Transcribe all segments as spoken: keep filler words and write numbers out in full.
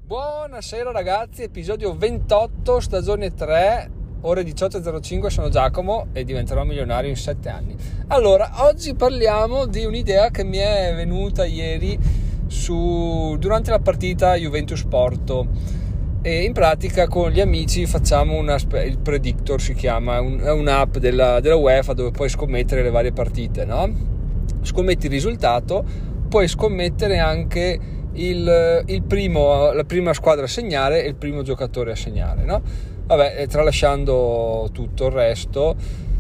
Buonasera ragazzi, episodio ventotto, stagione tre, ore diciotto e zero cinque, sono Giacomo e diventerò milionario in sette anni. Allora, oggi parliamo di un'idea che mi è venuta ieri su, durante la partita Juventus-Porto, e in pratica con gli amici facciamo una, il Predictor si chiama, un, è un'app della, della UEFA dove puoi scommettere le varie partite, no? Scommetti il risultato, puoi scommettere anche Il, il primo, la prima squadra a segnare e il primo giocatore a segnare, no? Vabbè, tralasciando tutto il resto,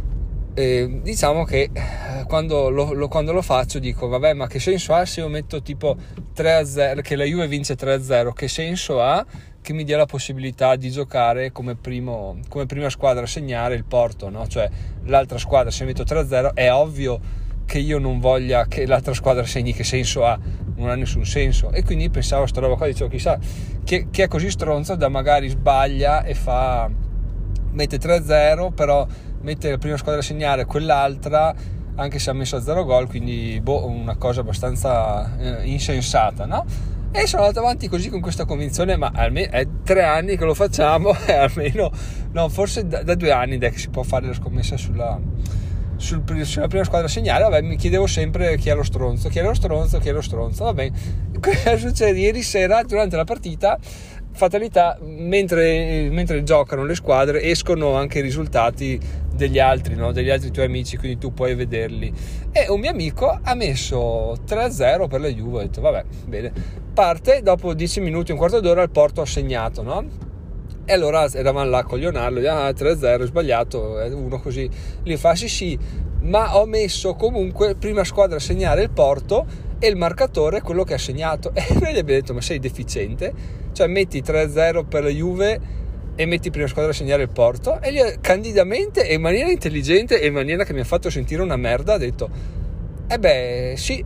eh, diciamo che quando lo, lo, quando lo faccio dico vabbè, ma che senso ha se io metto tipo tre a zero, che la Juve vince tre a zero, che senso ha che mi dia la possibilità di giocare come, primo, come prima squadra a segnare il Porto, no? Cioè l'altra squadra, se metto tre a zero è ovvio che io non voglia che l'altra squadra segni, che senso ha? Non ha nessun senso. E quindi pensavo a sta roba qua, dicevo chissà che, che è così stronzo da magari sbaglia e fa mette tre a zero, però mette la prima squadra a segnare quell'altra anche se ha messo a zero gol, quindi boh, una cosa abbastanza eh, insensata, no? E sono andato avanti così con questa convinzione, ma almeno è tre anni che lo facciamo e almeno no, forse da, da due anni da che si può fare la scommessa sulla Sul, sulla prima squadra a segnare. Vabbè, mi chiedevo sempre chi è lo stronzo, chi è lo stronzo, chi è lo stronzo. Vabbè, cosa succede? Ieri sera durante la partita, fatalità, mentre, mentre giocano le squadre escono anche i risultati degli altri, no? Degli altri tuoi amici, quindi tu puoi vederli. E un mio amico ha messo tre a zero per la Juve. Ho detto vabbè, bene, parte. Dopo dieci minuti, un quarto d'ora il Porto ha segnato, no? E allora eravamo là a coglionarlo, ah, tre a zero, sbagliato, uno così, gli fa sì sì, ma ho messo comunque prima squadra a segnare il Porto e il marcatore è quello che ha segnato. E noi gli abbiamo detto ma sei deficiente? Cioè metti tre a zero per la Juve e metti prima squadra a segnare il Porto? E gli candidamente e in maniera intelligente e in maniera che mi ha fatto sentire una merda ha detto eh beh sì,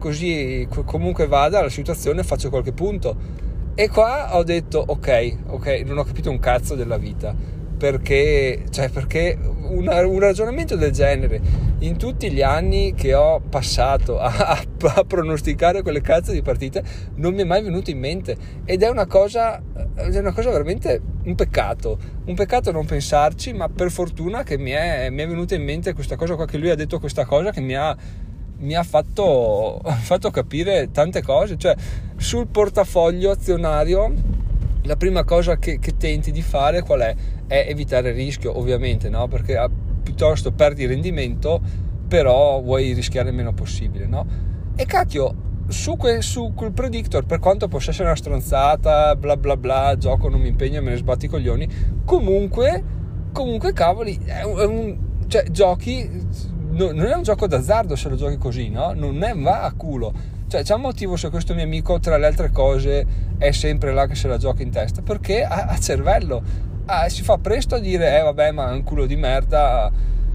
così comunque vada la situazione, faccio qualche punto. E qua ho detto ok, ok, non ho capito un cazzo della vita, perché, cioè perché una, un ragionamento del genere in tutti gli anni che ho passato a, a, a pronosticare quelle cazzo di partite non mi è mai venuto in mente, ed è una cosa, è una cosa veramente un peccato, un peccato non pensarci, ma per fortuna che mi è, mi è venuta in mente questa cosa qua, che lui ha detto questa cosa che mi ha mi ha fatto, fatto capire tante cose. Cioè sul portafoglio azionario la prima cosa che, che tenti di fare qual è? È evitare il rischio, ovviamente, no? Perché ah, piuttosto perdi rendimento, però vuoi rischiare il meno possibile, no? E cacchio, su quel, su quel predictor, per quanto possa essere una stronzata, bla bla bla, gioco, non mi impegno, me ne sbatto i coglioni, comunque comunque cavoli, è un, è un, cioè giochi. No, non è un gioco d'azzardo se lo giochi così, no? Non è, va a culo. Cioè c'è un motivo se questo mio amico tra le altre cose è sempre là che se la gioca in testa, perché ha, ha cervello, ah, si fa presto a dire eh vabbè, ma è un culo di merda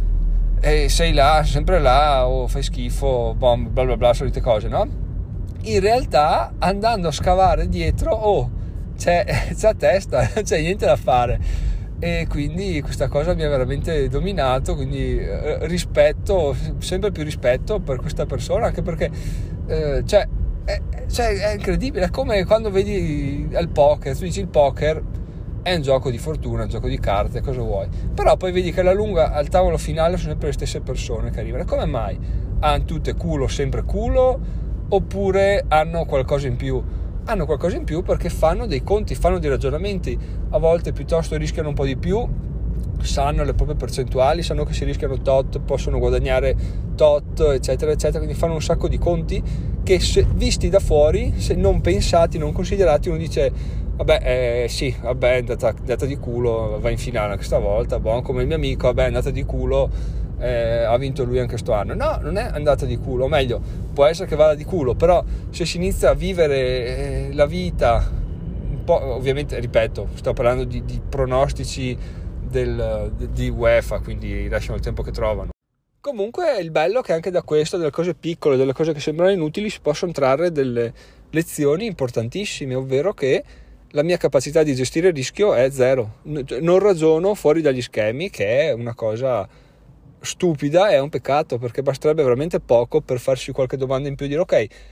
e sei là, sempre là, o fai schifo, bom, bla bla bla, solite cose, no? In realtà andando a scavare dietro, oh, c'è, c'è testa, c'è niente da fare. E quindi questa cosa mi ha veramente dominato, quindi eh, rispetto, sempre più rispetto per questa persona, anche perché eh, cioè, è, cioè, è incredibile, è come quando vedi al poker, tu dici il poker è un gioco di fortuna, un gioco di carte, cosa vuoi, però poi vedi che alla lunga al tavolo finale sono sempre le stesse persone che arrivano. Come mai? Hanno tutte culo, sempre culo, oppure hanno qualcosa in più? Hanno qualcosa in più perché fanno dei conti, fanno dei ragionamenti, a volte piuttosto rischiano un po' di più, sanno le proprie percentuali, sanno che se rischiano tot possono guadagnare tot, eccetera eccetera, quindi fanno un sacco di conti che se visti da fuori, se non pensati, non considerati, uno dice vabbè eh, sì, vabbè è andata, è andata di culo, va in finale questa volta, buon, come il mio amico, vabbè è andata di culo, Eh, ha vinto lui anche sto anno. No, non è andata di culo, o meglio, può essere che vada di culo, però se si inizia a vivere eh, la vita un po', ovviamente ripeto, sto parlando di, di pronostici del, di UEFA, quindi lasciano il tempo che trovano. Comunque il bello è che anche da questo, delle cose piccole, delle cose che sembrano inutili, si possono trarre delle lezioni importantissime, ovvero che la mia capacità di gestire il rischio è zero, non ragiono fuori dagli schemi, che è una cosa stupida, è un peccato, perché basterebbe veramente poco per farsi qualche domanda in più e dire ok,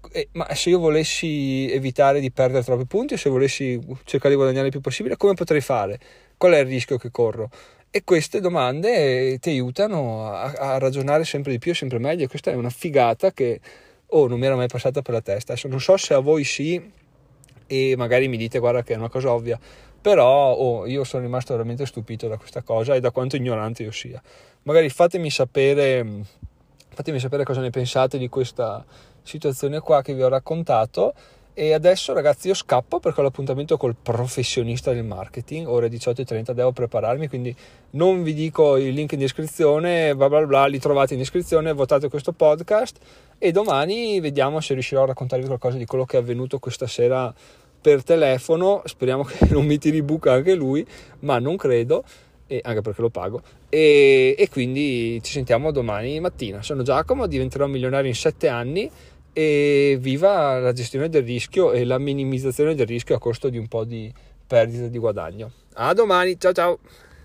eh, ma se io volessi evitare di perdere troppi punti o se volessi cercare di guadagnare il più possibile, come potrei fare? Qual è il rischio che corro? E queste domande ti aiutano a, a ragionare sempre di più e sempre meglio. Questa è una figata che oh, non mi era mai passata per la testa. Adesso non so se a voi sì, e magari mi dite guarda che è una cosa ovvia, però oh, io sono rimasto veramente stupito da questa cosa e da quanto ignorante io sia. Magari fatemi sapere fatemi sapere cosa ne pensate di questa situazione qua che vi ho raccontato. E adesso ragazzi io scappo perché ho l'appuntamento col professionista del marketing, ore diciotto e trenta, devo prepararmi, quindi non vi dico il link in descrizione, bla bla bla, li trovate in descrizione, votate questo podcast e domani vediamo se riuscirò a raccontarvi qualcosa di quello che è avvenuto questa sera per telefono. Speriamo che non mi tiri buca anche lui, ma non credo, e anche perché lo pago, e, e quindi ci sentiamo domani mattina. Sono Giacomo, diventerò milionario in sette anni e viva la gestione del rischio e la minimizzazione del rischio a costo di un po' di perdita di guadagno. A domani, ciao ciao!